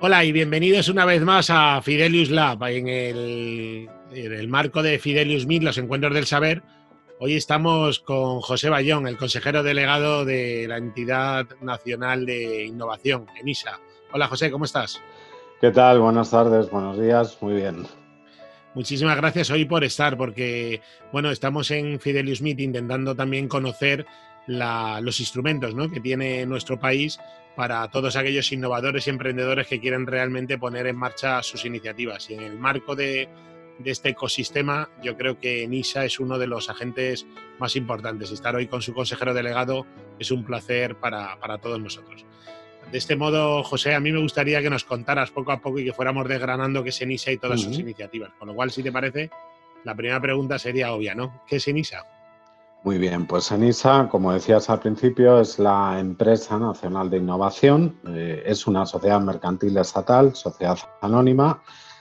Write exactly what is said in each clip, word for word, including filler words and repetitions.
Hola y bienvenidos una vez más a Fidelius Lab, en el, en el marco de Fidelius Meet, los encuentros del saber. Hoy estamos con José Bayón, el consejero delegado de la Entidad Nacional de Innovación, ENISA. Hola José, ¿cómo estás? ¿Qué tal? Buenas tardes, buenos días, muy bien. Muchísimas gracias hoy por estar, porque bueno, estamos en Fidelius Meet intentando también conocer la, los instrumentos, ¿no?, que tiene nuestro país para todos aquellos innovadores y emprendedores que quieren realmente poner en marcha sus iniciativas. Y en el marco de, de este ecosistema, yo creo que ENISA es uno de los agentes más importantes. Y estar hoy con su consejero delegado es un placer para, para todos nosotros. De este modo, José, a mí me gustaría que nos contaras poco a poco y que fuéramos desgranando qué es ENISA y todas sus Uh-huh. iniciativas. Con lo cual, si te parece, la primera pregunta sería obvia, ¿no? ¿Qué es ENISA? Muy bien, pues ENISA, como decías al principio, es la Empresa Nacional de Innovación, eh, es una sociedad mercantil estatal, sociedad anónima,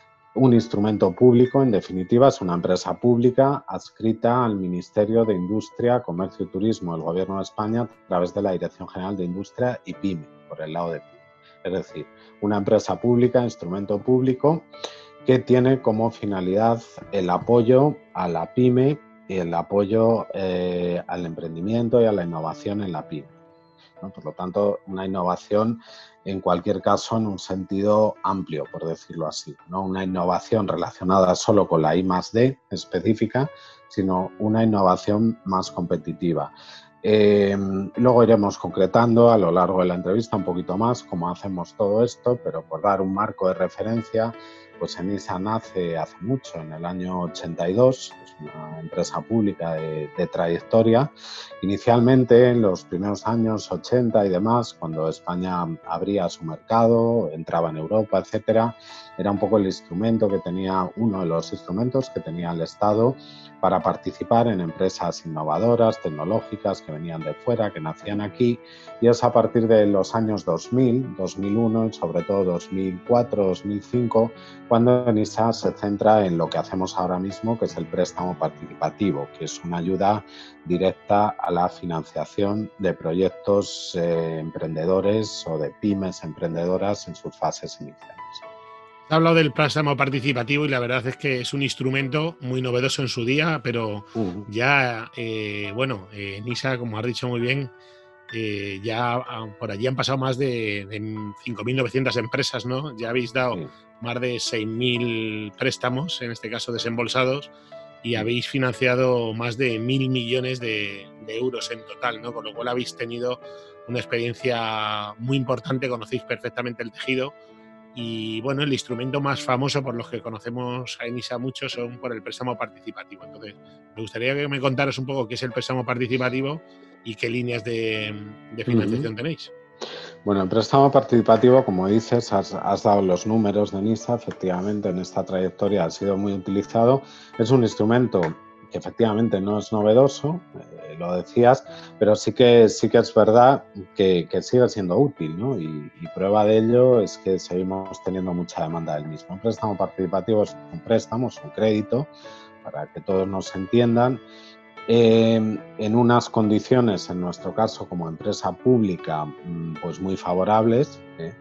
un instrumento público, en definitiva, es una empresa pública adscrita al Ministerio de Industria, Comercio y Turismo del Gobierno de España a través de la Dirección General de Industria y PYME, por el lado de PYME. Es decir, una empresa pública, instrumento público, que tiene como finalidad el apoyo a la PYME y el apoyo eh, al emprendimiento y a la innovación en la PYME, ¿no? Por lo tanto, una innovación en cualquier caso en un sentido amplio, por decirlo así, no una innovación relacionada solo con la I más D específica, sino una innovación más competitiva. Eh, luego iremos concretando a lo largo de la entrevista un poquito más cómo hacemos todo esto, pero por dar un marco de referencia, pues ENISA nace hace mucho, en el año ochenta y dos, es una empresa pública de, de trayectoria. Inicialmente, en los primeros años ochenta y demás, cuando España abría su mercado, entraba en Europa, etcétera, era un poco el instrumento que tenía, uno de los instrumentos que tenía el Estado para participar en empresas innovadoras, tecnológicas, que venían de fuera, que nacían aquí, y es a partir de los años dos mil, dos mil uno y sobre todo dos mil cuatro, dos mil cinco, cuando ENISA se centra en lo que hacemos ahora mismo, que es el préstamo participativo, que es una ayuda directa a la financiación de proyectos eh, emprendedores o de pymes emprendedoras en sus fases iniciales. He hablado del préstamo participativo y la verdad es que es un instrumento muy novedoso en su día, pero Uh-huh. ya, eh, bueno, eh, ENISA, como has dicho muy bien, eh, ya ah, por allí han pasado más de, de cinco mil novecientas empresas, ¿no? Ya habéis dado Sí. más de seis mil préstamos, en este caso desembolsados, y Uh-huh. habéis financiado más de mil millones de, de euros en total, ¿no? Con lo cual habéis tenido una experiencia muy importante, conocéis perfectamente el tejido. Y bueno, el instrumento más famoso por los que conocemos a ENISA mucho son por el préstamo participativo. Entonces, me gustaría que me contaras un poco qué es el préstamo participativo y qué líneas de, de Uh-huh. financiación tenéis. Bueno, el préstamo participativo, como dices, has, has dado los números de ENISA, efectivamente en esta trayectoria ha sido muy utilizado. Es un instrumento que efectivamente no es novedoso, eh, lo decías, pero sí que, sí que es verdad que, que sigue siendo útil, ¿no? Y, y prueba de ello es que seguimos teniendo mucha demanda del mismo. Un préstamo participativo es un préstamo, es un crédito, para que todos nos entiendan, Eh, en unas condiciones, en nuestro caso como empresa pública, pues muy favorables. ¿eh?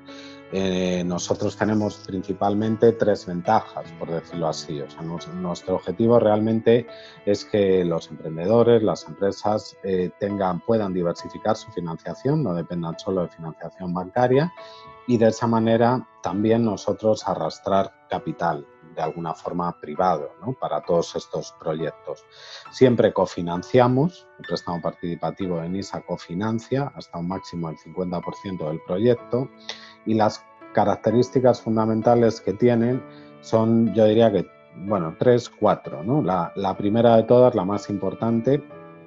Eh, nosotros tenemos principalmente tres ventajas, por decirlo así. O sea, nos, nuestro objetivo realmente es que los emprendedores, las empresas eh, tengan, puedan diversificar su financiación, no dependan solo de financiación bancaria, y de esa manera también nosotros arrastrar capital de alguna forma privado, ¿no?, para todos estos proyectos. Siempre cofinanciamos, el préstamo participativo de ENISA cofinancia hasta un máximo del cincuenta por ciento del proyecto, y las características fundamentales que tienen son, yo diría que, bueno, tres, cuatro, ¿no? La, la primera de todas, la más importante,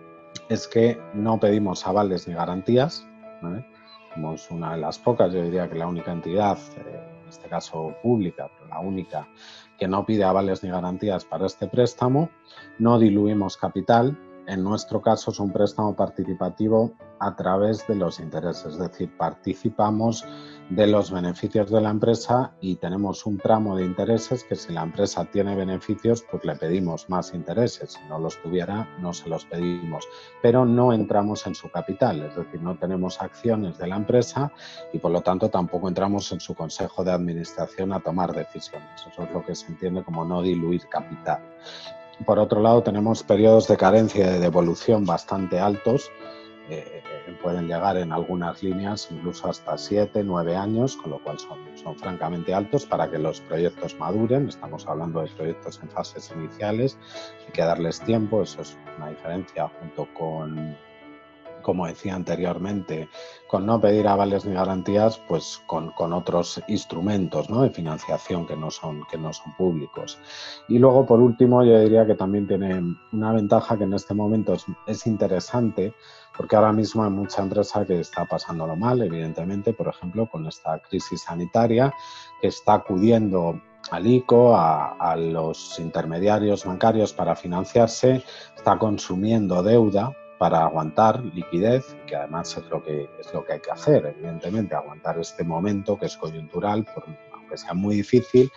es que no pedimos avales ni garantías, ¿vale? Somos una de las pocas, yo diría que la única entidad, eh, en este caso pública, pero la única que no pide avales ni garantías para este préstamo. No diluimos capital. En nuestro caso es un préstamo participativo a través de los intereses, es decir, participamos de los beneficios de la empresa y tenemos un tramo de intereses que si la empresa tiene beneficios, pues le pedimos más intereses. Si no los tuviera, no se los pedimos. Pero no entramos en su capital, es decir, no tenemos acciones de la empresa y por lo tanto tampoco entramos en su consejo de administración a tomar decisiones. Eso es lo que se entiende como no diluir capital. Por otro lado, tenemos periodos de carencia y de devolución bastante altos. Eh, pueden llegar en algunas líneas incluso hasta siete, nueve años, con lo cual son, son francamente altos para que los proyectos maduren. Estamos hablando de proyectos en fases iniciales, hay que darles tiempo, eso es una diferencia junto con, como decía anteriormente, con no pedir avales ni garantías, pues con, con otros instrumentos, ¿no?, de financiación que no, son, que no son públicos. Y luego, por último, yo diría que también tiene una ventaja que en este momento es, es interesante, porque ahora mismo hay mucha empresa que está pasándolo mal, evidentemente, por ejemplo, con esta crisis sanitaria, que está acudiendo al ICO, a, a los intermediarios bancarios para financiarse, está consumiendo deuda para aguantar liquidez, que además es lo que, es lo que hay que hacer, evidentemente, aguantar este momento que es coyuntural, por, aunque sea muy difícil.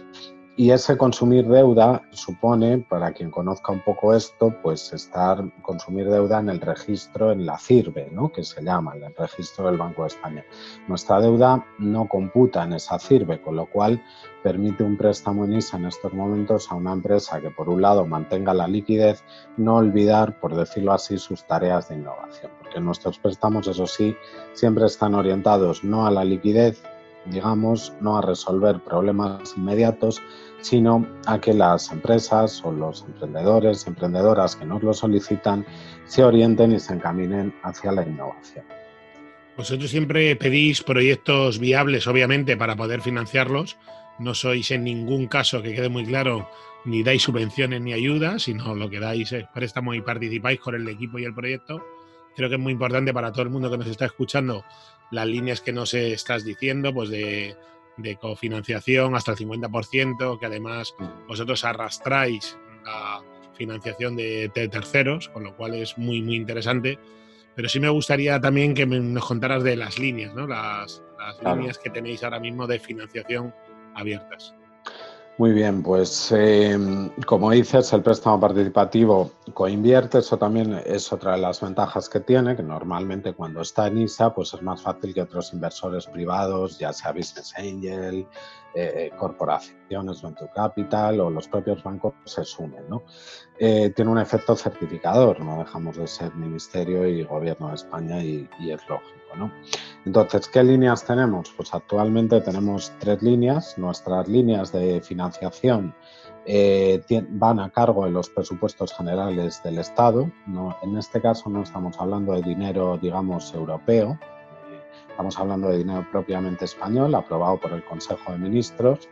Y ese consumir deuda supone, para quien conozca un poco esto, pues estar, consumir deuda en el registro, en la CIRBE, ¿no?, que se llama, en el registro del Banco de España. Nuestra deuda no computa en esa CIRBE, con lo cual permite un préstamo en I S A en estos momentos a una empresa que, por un lado, mantenga la liquidez, no olvidar, por decirlo así, sus tareas de innovación. Porque nuestros préstamos, eso sí, siempre están orientados no a la liquidez, digamos, no a resolver problemas inmediatos, sino a que las empresas o los emprendedores, emprendedoras que nos lo solicitan, se orienten y se encaminen hacia la innovación. Vosotros siempre pedís proyectos viables, obviamente, para poder financiarlos. No sois en ningún caso, que quede muy claro, ni dais subvenciones ni ayudas, sino lo que dais es préstamo y participáis con el equipo y el proyecto. Creo que es muy importante para todo el mundo que nos está escuchando las líneas que nos estás diciendo, pues de, de cofinanciación hasta el cincuenta por ciento, que además vosotros arrastráis la financiación de, de terceros, con lo cual es muy, muy interesante. Pero sí me gustaría también que nos contaras de las líneas, ¿no? Las, las claro. líneas que tenéis ahora mismo de financiación abiertas. Muy bien, pues eh, como dices, el préstamo participativo coinvierte, eso también es otra de las ventajas que tiene, que normalmente cuando está en I S A pues es más fácil que otros inversores privados, ya sea Business Angel, eh, corporaciones, Venture Capital o los propios bancos se sumen, ¿no? Eh, tiene un efecto certificador, no dejamos de ser Ministerio y Gobierno de España y, y es lógico, ¿no? Entonces, ¿qué líneas tenemos? Pues actualmente tenemos tres líneas. Nuestras líneas de financiación eh, van a cargo de los presupuestos generales del Estado. No, en este caso no estamos hablando de dinero, digamos, europeo. Eh, estamos hablando de dinero propiamente español, aprobado por el Consejo de Ministros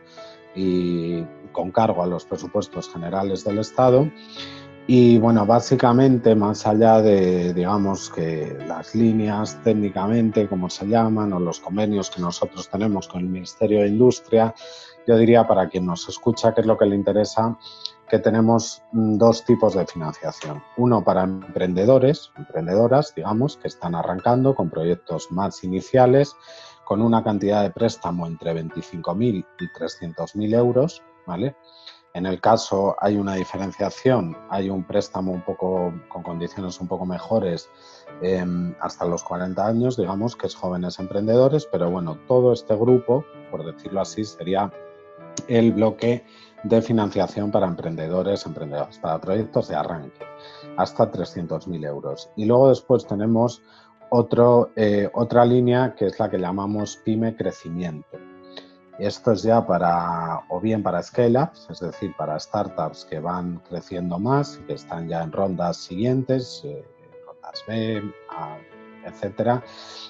y con cargo a los presupuestos generales del Estado. Y bueno, básicamente, más allá de, digamos, que las líneas técnicamente, como se llaman, o los convenios que nosotros tenemos con el Ministerio de Industria, yo diría, para quien nos escucha, qué es lo que le interesa, que tenemos dos tipos de financiación. Uno para emprendedores, emprendedoras, digamos, que están arrancando con proyectos más iniciales, con una cantidad de préstamo entre veinticinco mil y trescientos mil euros, ¿vale? En el caso hay una diferenciación, hay un préstamo un poco con condiciones un poco mejores eh, hasta los cuarenta años, digamos, que es jóvenes emprendedores, pero bueno, todo este grupo, por decirlo así, sería el bloque de financiación para emprendedores, emprendedoras, para proyectos de arranque, hasta trescientos mil euros. Y luego después tenemos otro, eh, otra línea que es la que llamamos PYME Crecimiento. Esto es ya para, o bien para scale-ups, es decir, para startups que van creciendo más, que están ya en rondas siguientes, eh, rondas B, A, etcétera.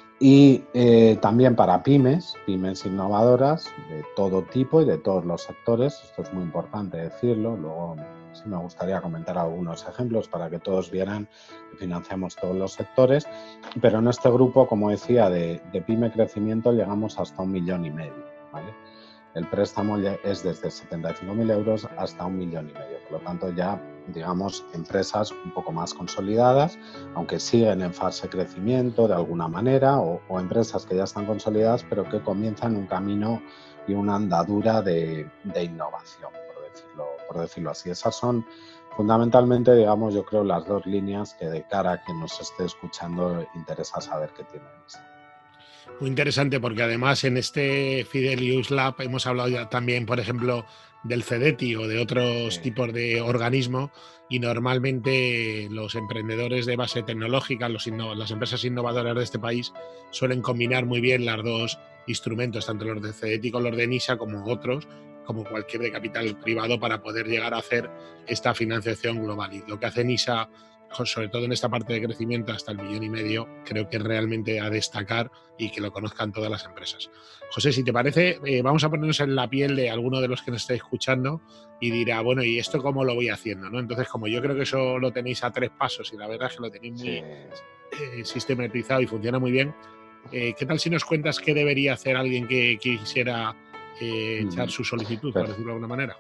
Y eh, también para pymes, pymes innovadoras de todo tipo y de todos los sectores. Esto es muy importante decirlo. Luego sí me gustaría comentar algunos ejemplos para que todos vieran que financiamos todos los sectores. Pero en este grupo, como decía, de, de pyme crecimiento llegamos hasta un millón y medio. ¿Vale? El préstamo es desde setenta y cinco mil euros hasta un millón y medio, por lo tanto ya digamos, empresas un poco más consolidadas, aunque siguen en fase de crecimiento de alguna manera, o, o empresas que ya están consolidadas, pero que comienzan un camino y una andadura de, de innovación, por decirlo, por decirlo así. Esas son fundamentalmente, digamos, yo creo, las dos líneas que de cara a quien nos esté escuchando interesa saber qué tienen. Muy interesante, porque además en este Fidelius Lab hemos hablado ya también, por ejemplo, del CEDETI o de otros Sí. tipos de organismo, y normalmente los emprendedores de base tecnológica, los inno- las empresas innovadoras de este país suelen combinar muy bien los dos instrumentos, tanto los de CEDETI como los de NISA, como otros, como cualquier de capital privado, para poder llegar a hacer esta financiación global. Y lo que hace NISA, sobre todo en esta parte de crecimiento hasta el millón y medio, creo que es realmente a destacar y que lo conozcan todas las empresas. José, si te parece, eh, vamos a ponernos en la piel de alguno de los que nos estáis escuchando y dirá, bueno, ¿y esto cómo lo voy haciendo? ¿no? Entonces, como yo creo que eso lo tenéis a tres pasos y la verdad es que lo tenéis muy Sí. eh, sistematizado y funciona muy bien, eh, ¿qué tal si nos cuentas qué debería hacer alguien que, que quisiera eh, echar Mm, su solicitud, por per- decirlo de alguna manera?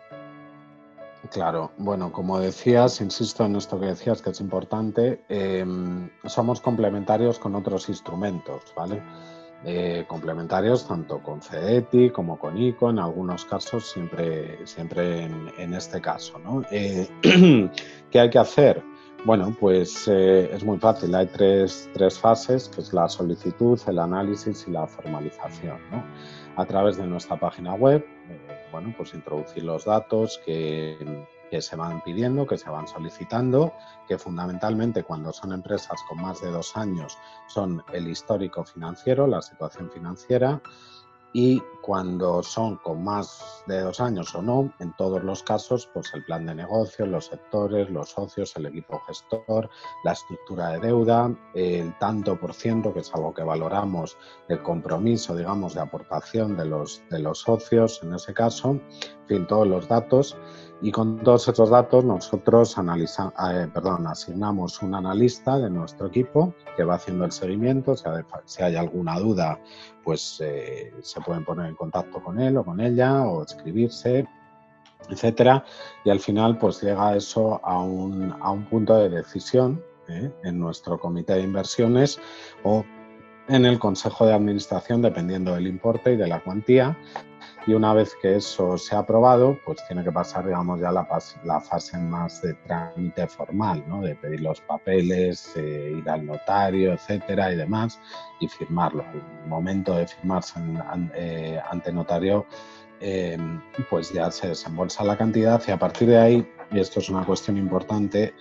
Claro, bueno, como decías, insisto en esto que decías, que es importante, eh, somos complementarios con otros instrumentos, ¿vale? Eh, complementarios tanto con CEDETI como con ICO, en algunos casos, siempre, siempre en, en este caso, ¿no? Eh, ¿Qué hay que hacer? Bueno, pues eh, es muy fácil, hay tres, tres fases, que es la solicitud, el análisis y la formalización, ¿no? A través de nuestra página web, eh, bueno, pues introducir los datos que, que se van pidiendo, que se van solicitando, que fundamentalmente cuando son empresas con más de dos años son el histórico financiero, la situación financiera, y cuando son con más de dos años o no, en todos los casos, pues el plan de negocio, los sectores, los socios, el equipo gestor, la estructura de deuda, el tanto por ciento, que es algo que valoramos, el compromiso, digamos, de aportación de los, de los socios en ese caso, en fin, todos los datos. Y con todos estos datos nosotros analiza, eh, perdón, asignamos un analista de nuestro equipo que va haciendo el seguimiento. Si hay, si hay alguna duda, pues eh, se pueden poner en contacto con él o con ella o escribirse, etcétera. Y al final pues llega eso a un, a un punto de decisión ¿eh? en nuestro comité de inversiones o en el consejo de administración, dependiendo del importe y de la cuantía. Y una vez que eso se ha aprobado, pues tiene que pasar, digamos, ya la, la fase más de trámite formal, ¿no? De pedir los papeles, eh, ir al notario, etcétera, y demás, y firmarlo. Al momento de firmarse en, eh, ante notario, eh, pues ya se desembolsa la cantidad y a partir de ahí, y esto es una cuestión importante,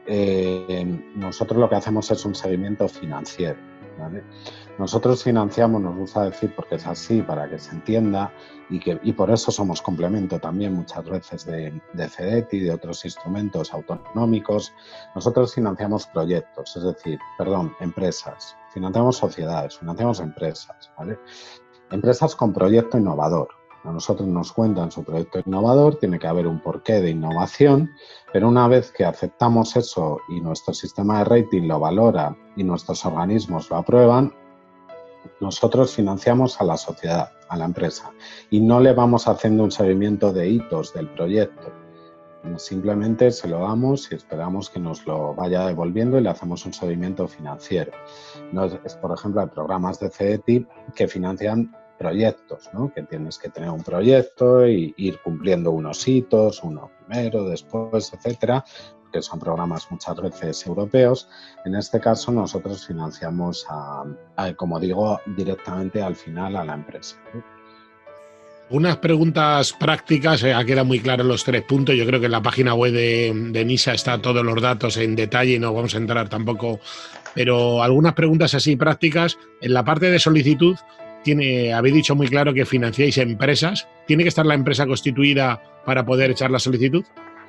eh, nosotros lo que hacemos es un seguimiento financiero, ¿vale? Nosotros financiamos, nos gusta decir, porque es así, para que se entienda, y, que, y por eso somos complemento también muchas veces de, de CEDETI y de otros instrumentos autonómicos. Nosotros financiamos proyectos, es decir, perdón, empresas, financiamos sociedades, financiamos empresas, ¿vale? Empresas con proyecto innovador. A nosotros nos cuentan su proyecto innovador, tiene que haber un porqué de innovación, pero una vez que aceptamos eso y nuestro sistema de rating lo valora y nuestros organismos lo aprueban, nosotros financiamos a la sociedad, a la empresa, y no le vamos haciendo un seguimiento de hitos del proyecto. Simplemente se lo damos y esperamos que nos lo vaya devolviendo y le hacemos un seguimiento financiero. No es, es, por ejemplo, hay programas de CEDETI que financian proyectos, ¿no? Que tienes que tener un proyecto e ir cumpliendo unos hitos, uno primero, después, etcétera, que son programas muchas veces europeos. En este caso nosotros financiamos, a, a, como digo, directamente al final a la empresa, ¿no? Unas preguntas prácticas, eh, queda muy claro los tres puntos. Yo creo que en la página web de, de NISA está todos los datos en detalle y no vamos a entrar tampoco, pero algunas preguntas así prácticas. En la parte de solicitud, tiene, habéis dicho muy claro que financiáis empresas. ¿Tiene que estar la empresa constituida para poder echar la solicitud?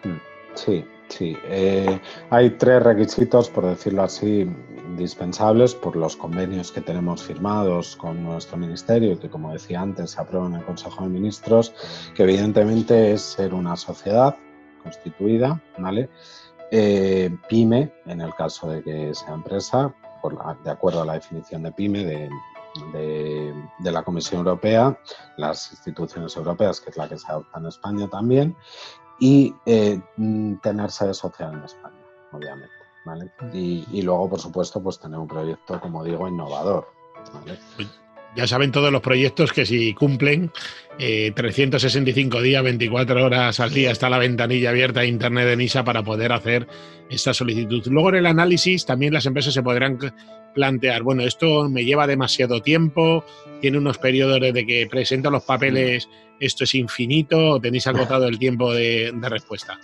Sí, sí. Eh, hay tres requisitos, por decirlo así, indispensables por los convenios que tenemos firmados con nuestro ministerio y que, como decía antes, se aprueban en el Consejo de Ministros, que evidentemente es ser una sociedad constituida, ¿vale? Eh, pyme, en el caso de que sea empresa, por la, de acuerdo a la definición de pyme de, de, de la Comisión Europea, las instituciones europeas, que es la que se adopta en España también. y eh, tener sede social en España, obviamente, ¿vale? Y, y luego, por supuesto, pues tener un proyecto, como digo, innovador, ¿vale? Ya saben todos los proyectos que si cumplen eh, trescientos sesenta y cinco días, veinticuatro horas al día está la ventanilla abierta de Internet de NISA para poder hacer esta solicitud. Luego en el análisis también las empresas se podrán plantear, bueno, esto me lleva demasiado tiempo, tiene unos periodos desde que presento los papeles, esto es infinito, o tenéis agotado el tiempo de, de respuesta.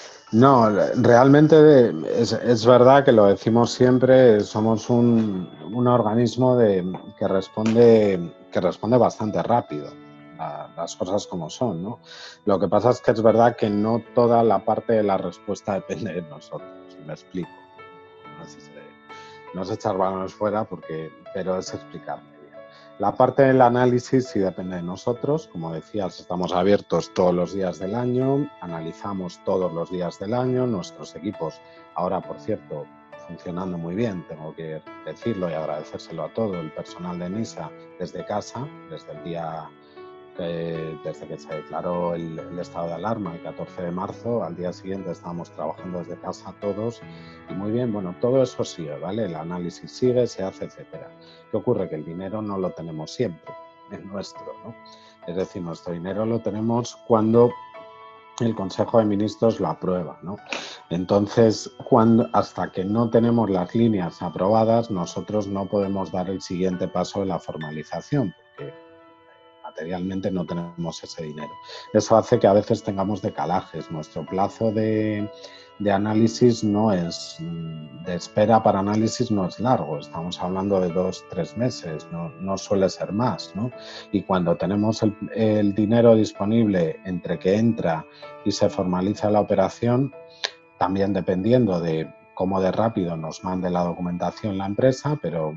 No, realmente es, es verdad que lo decimos siempre, somos un, un organismo de, que, responde, que responde bastante rápido, a las cosas como son, ¿no? Lo que pasa es que es verdad que no toda la parte de la respuesta depende de nosotros, me explico. No sé, no sé echar balones fuera, porque, pero es explicarme bien. La parte del análisis sí depende de nosotros. Como decías, estamos abiertos todos los días del año, analizamos todos los días del año. Nuestros equipos, ahora por cierto, funcionando muy bien, tengo que decirlo y agradecérselo a todo el personal de NISA desde casa, desde el día, eh, desde que se declaró el, el estado de alarma, el catorce de marzo, al día siguiente estábamos trabajando desde casa todos y muy bien. Bueno, todo eso sigue, ¿vale? El análisis sigue, se hace, etcétera. ¿Qué ocurre? Que el dinero no lo tenemos siempre, es nuestro, ¿no? Es decir, nuestro dinero lo tenemos cuando el Consejo de Ministros lo aprueba, ¿no? Entonces, cuando, hasta que no tenemos las líneas aprobadas, nosotros no podemos dar el siguiente paso de la formalización, porque materialmente no tenemos ese dinero. Eso hace que a veces tengamos decalajes. Nuestro plazo de, de análisis no es, de espera para análisis no es largo. Estamos hablando de dos, tres meses, no, no suele ser más, ¿no? Y cuando tenemos el, el dinero disponible entre que entra y se formaliza la operación, también dependiendo de cómo de rápido nos mande la documentación la empresa, pero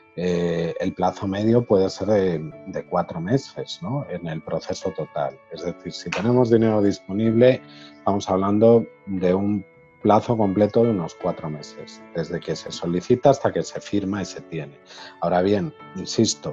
Eh, el plazo medio puede ser de, de cuatro meses, ¿no? En el proceso total. Es decir, si tenemos dinero disponible, estamos hablando de un plazo completo de unos cuatro meses, desde que se solicita hasta que se firma y se tiene. Ahora bien, insisto,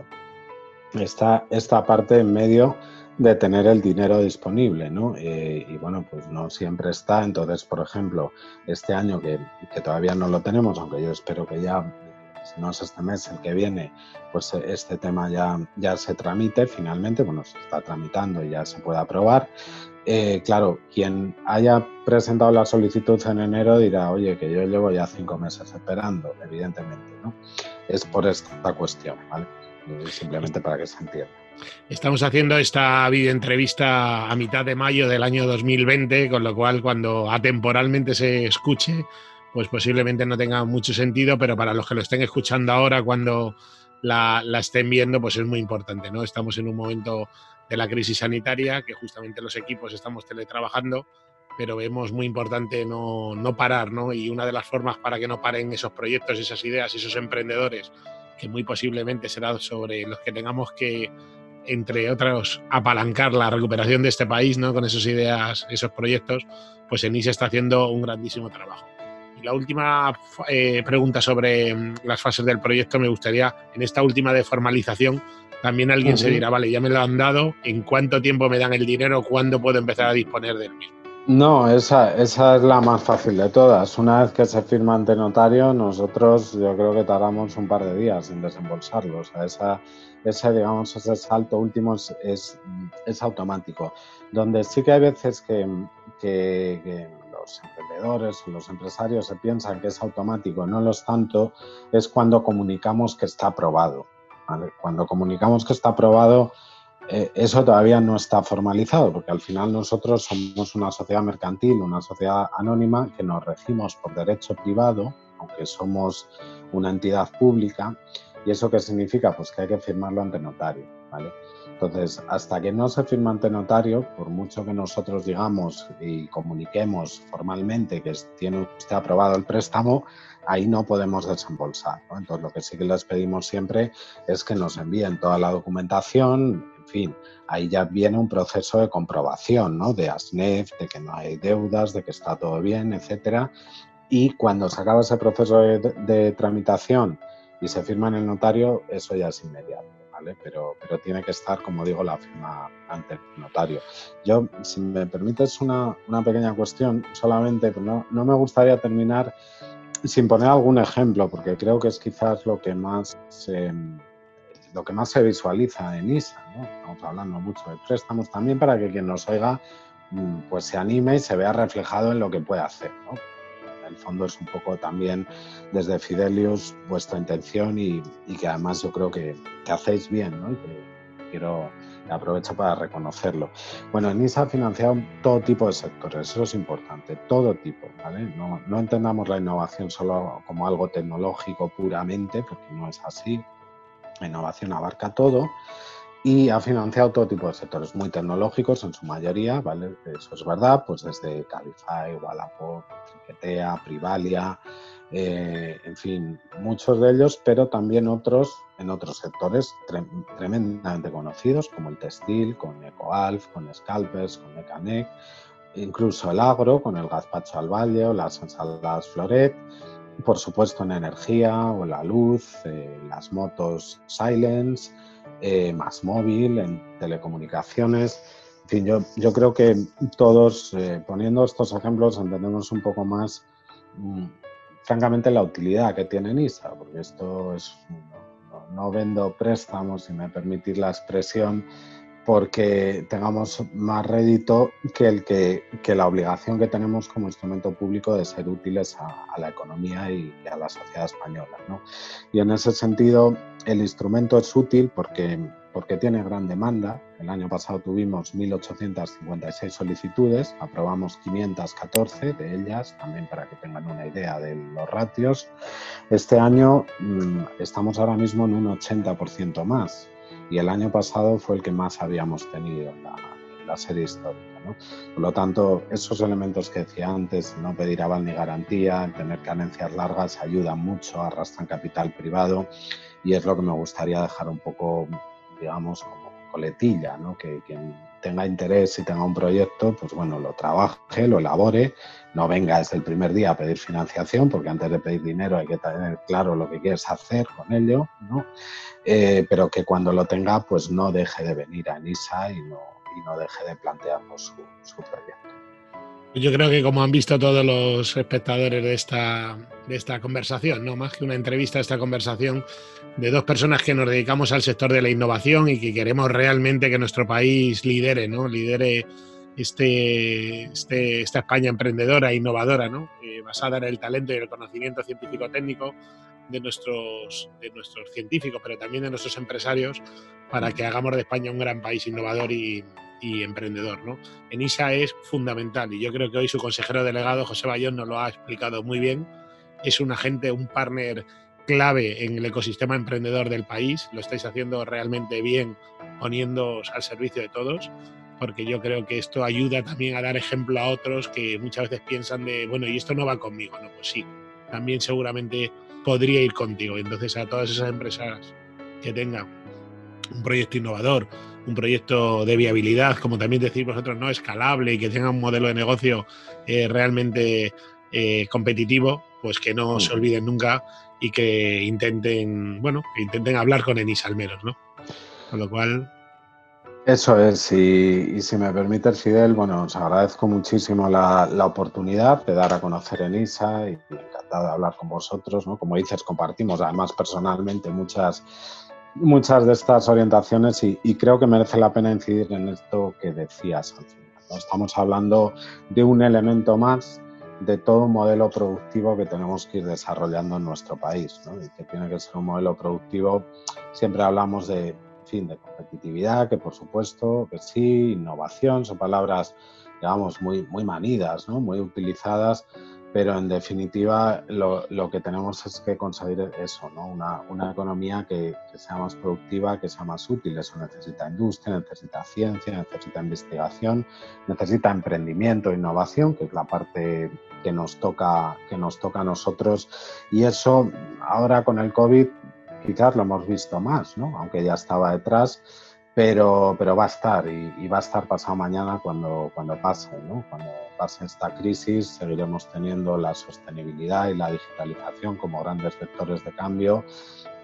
está esta parte en medio de tener el dinero disponible, ¿no? Eh, y bueno, pues no siempre está. Entonces, por ejemplo, este año que, que todavía no lo tenemos, aunque yo espero que ya, si no es este mes, el que viene, pues este tema ya, ya se tramite finalmente, bueno, se está tramitando y ya se puede aprobar. Eh, claro, quien haya presentado la solicitud en enero dirá, oye, que yo llevo ya cinco meses esperando, evidentemente, ¿no? Es por esta cuestión, ¿vale? Simplemente para que se entienda. Estamos haciendo esta videoentrevista a mitad de mayo del año dos mil veinte, con lo cual cuando atemporalmente se escuche, pues posiblemente no tenga mucho sentido, pero para los que lo estén escuchando ahora, cuando la, la estén viendo, pues es muy importante, ¿no? Estamos en un momento de la crisis sanitaria, que justamente los equipos estamos teletrabajando, pero vemos muy importante no, no parar, ¿no? Y una de las formas para que no paren esos proyectos, esas ideas, esos emprendedores, que muy posiblemente será sobre los que tengamos que, entre otros, apalancar la recuperación de este país, ¿no? Con esas ideas, esos proyectos, pues ENISA está haciendo un grandísimo trabajo. Y la última eh, pregunta sobre um, las fases del proyecto, me gustaría, en esta última de formalización, también alguien uh-huh. se dirá, vale, ya me lo han dado, ¿en cuánto tiempo me dan el dinero? ¿Cuándo puedo empezar a disponer del mismo? No, esa, esa es la más fácil de todas. Una vez que se firma ante notario, nosotros yo creo que tardamos un par de días en desembolsarlo. O sea, esa, ese, digamos, ese salto último es, es, es automático. Donde sí que hay veces que, que, que los emprendedores, los empresarios se piensan que es automático, no lo es tanto, es cuando comunicamos que está aprobado, ¿vale? Cuando comunicamos que está aprobado, Eh, eso todavía no está formalizado, porque al final nosotros somos una sociedad mercantil, una sociedad anónima que nos regimos por derecho privado, aunque somos una entidad pública. ¿Y eso qué significa? Pues que hay que firmarlo ante notario, ¿vale? Entonces, hasta que no se firma ante notario, por mucho que nosotros digamos y comuniquemos formalmente que tiene usted aprobado el préstamo, ahí no podemos desembolsar, ¿no? Entonces, lo que sí que les pedimos siempre es que nos envíen toda la documentación. En fin, ahí ya viene un proceso de comprobación, ¿no? De ASNEF, de que no hay deudas, de que está todo bien, etcétera. Y cuando se acaba ese proceso de, de tramitación y se firma en el notario, eso ya es inmediato, ¿vale? Pero, pero tiene que estar, como digo, la firma ante el notario. Yo, si me permites una, una pequeña cuestión, solamente, pues no, no me gustaría terminar sin poner algún ejemplo, porque creo que es quizás lo que más se, lo que más se visualiza en I S A, ¿no? Estamos hablando mucho de préstamos también para que quien nos oiga pues se anime y se vea reflejado en lo que puede hacer, ¿no? En el fondo es un poco también desde Fidelius vuestra intención y, y que además yo creo que, que hacéis bien, ¿no? Y que quiero aprovecho para reconocerlo. Bueno, en I S A ha financiado todo tipo de sectores, eso es importante, todo tipo, ¿vale? No, no entendamos la innovación solo como algo tecnológico puramente, porque no es así. La innovación abarca todo. Y ha financiado todo tipo de sectores muy tecnológicos en su mayoría, ¿vale? Eso es verdad, pues desde Cabify, Wallapop, Triquetea, Privalia, eh, en fin, muchos de ellos, pero también otros en otros sectores tre tremendamente conocidos, como el textil, con EcoAlf, con Scalpers, con Mecanec, incluso el agro, con el gazpacho al valle o las ensaladas Floret, por supuesto en energía o la luz, eh, las motos Silence, Eh, más móvil, en telecomunicaciones. En fin, yo, yo creo que todos, eh, poniendo estos ejemplos, entendemos un poco más, mmm, francamente, la utilidad que tiene N I S A, porque esto es, no, no vendo préstamos, si me permitís la expresión, porque tengamos más rédito que, el que, que la obligación que tenemos como instrumento público de ser útiles a, a la economía y, y a la sociedad española, ¿no? Y en ese sentido, el instrumento es útil porque, porque tiene gran demanda. El año pasado tuvimos mil ochocientas cincuenta y seis solicitudes, aprobamos quinientas catorce de ellas, también para que tengan una idea de los ratios. Este año mmm, estamos ahora mismo en un ochenta por ciento más. Y el año pasado fue el que más habíamos tenido en la, en la serie histórica, ¿no? Por lo tanto, esos elementos que decía antes, no pedir aval ni garantía, tener carencias largas, ayudan mucho, arrastran capital privado y es lo que me gustaría dejar un poco, digamos, como coletilla, ¿no? Que quien tenga interés y tenga un proyecto, pues bueno, lo trabaje, lo elabore, no venga desde el primer día a pedir financiación, porque antes de pedir dinero hay que tener claro lo que quieres hacer con ello, ¿no? Eh, pero que cuando lo tenga, pues no deje de venir a N I S A y no, y no deje de plantearnos su, su proyecto. Yo creo que como han visto todos los espectadores de esta, de esta conversación, no más que una entrevista, esta conversación de dos personas que nos dedicamos al sector de la innovación y que queremos realmente que nuestro país lidere, ¿no? Lidere este, este, esta España emprendedora e innovadora, ¿no? Eh, basada en el talento y el conocimiento científico-técnico de nuestros, de nuestros científicos, pero también de nuestros empresarios, para que hagamos de España un gran país innovador y, y emprendedor, ¿no? En I S A es fundamental y yo creo que hoy su consejero delegado, José Bayón, nos lo ha explicado muy bien. Es un agente, un partner clave en el ecosistema emprendedor del país. Lo estáis haciendo realmente bien, poniéndoos al servicio de todos, porque yo creo que esto ayuda también a dar ejemplo a otros que muchas veces piensan de, bueno, y esto no va conmigo. No, pues sí, también seguramente podría ir contigo. Entonces, a todas esas empresas que tengan un proyecto innovador, un proyecto de viabilidad, como también decís vosotros, no escalable y que tenga un modelo de negocio eh, realmente eh, competitivo, pues que no se olviden nunca y que intenten, bueno, que intenten hablar con Enisa al menos, ¿no? Con lo cual... Eso es, y, y si me permite, Fidel, bueno, os agradezco muchísimo la, la oportunidad de dar a conocer en I S A y encantado de hablar con vosotros, ¿no? Como dices, compartimos además personalmente muchas, muchas de estas orientaciones y, y creo que merece la pena incidir en esto que decías al final, ¿no? Estamos hablando de un elemento más de todo un modelo productivo que tenemos que ir desarrollando en nuestro país, ¿no? Y que tiene que ser un modelo productivo, siempre hablamos de, en fin, de competitividad, que por supuesto que sí, innovación, son palabras, digamos, muy, muy manidas, ¿no? Muy utilizadas, pero en definitiva lo, lo que tenemos es que conseguir eso, ¿no? Una, una economía que, que sea más productiva, que sea más útil. Eso necesita industria, necesita ciencia, necesita investigación, necesita emprendimiento, innovación, que es la parte que nos toca, que nos toca a nosotros. Y eso ahora con el COVID quizás lo hemos visto más, ¿no? Aunque ya estaba detrás, pero, pero va a estar y, y va a estar pasado mañana cuando, cuando pase, ¿no? Cuando pase esta crisis seguiremos teniendo la sostenibilidad y la digitalización como grandes vectores de cambio,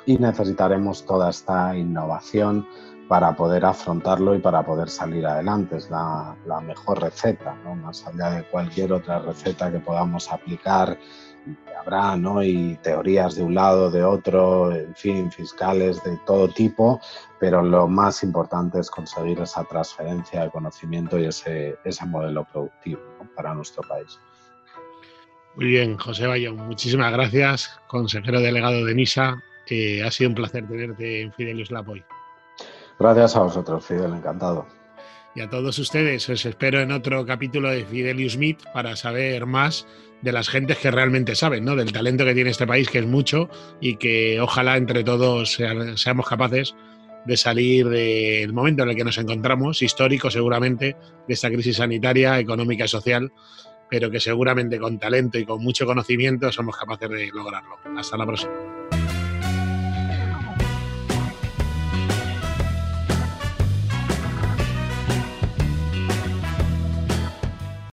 y necesitaremos toda esta innovación para poder afrontarlo y para poder salir adelante. Es la, la mejor receta, ¿no? Más allá de cualquier otra receta que podamos aplicar, habrá, ¿no? Y teorías de un lado, de otro, en fin, fiscales de todo tipo, pero lo más importante es conseguir esa transferencia de conocimiento y ese, ese modelo productivo, ¿no? Para nuestro país. Muy bien, José Bayón, muchísimas gracias, consejero delegado de NISA. Eh, ha sido un placer tenerte en Fidelius Lab hoy. Gracias a vosotros, Fidel, encantado. Y a todos ustedes, os espero en otro capítulo de Fidelius Meet para saber más de las gentes que realmente saben, ¿no? Del talento que tiene este país, que es mucho, y que ojalá entre todos seamos capaces de salir del momento en el que nos encontramos, histórico seguramente, de esta crisis sanitaria, económica y social, pero que seguramente con talento y con mucho conocimiento somos capaces de lograrlo. Hasta la próxima.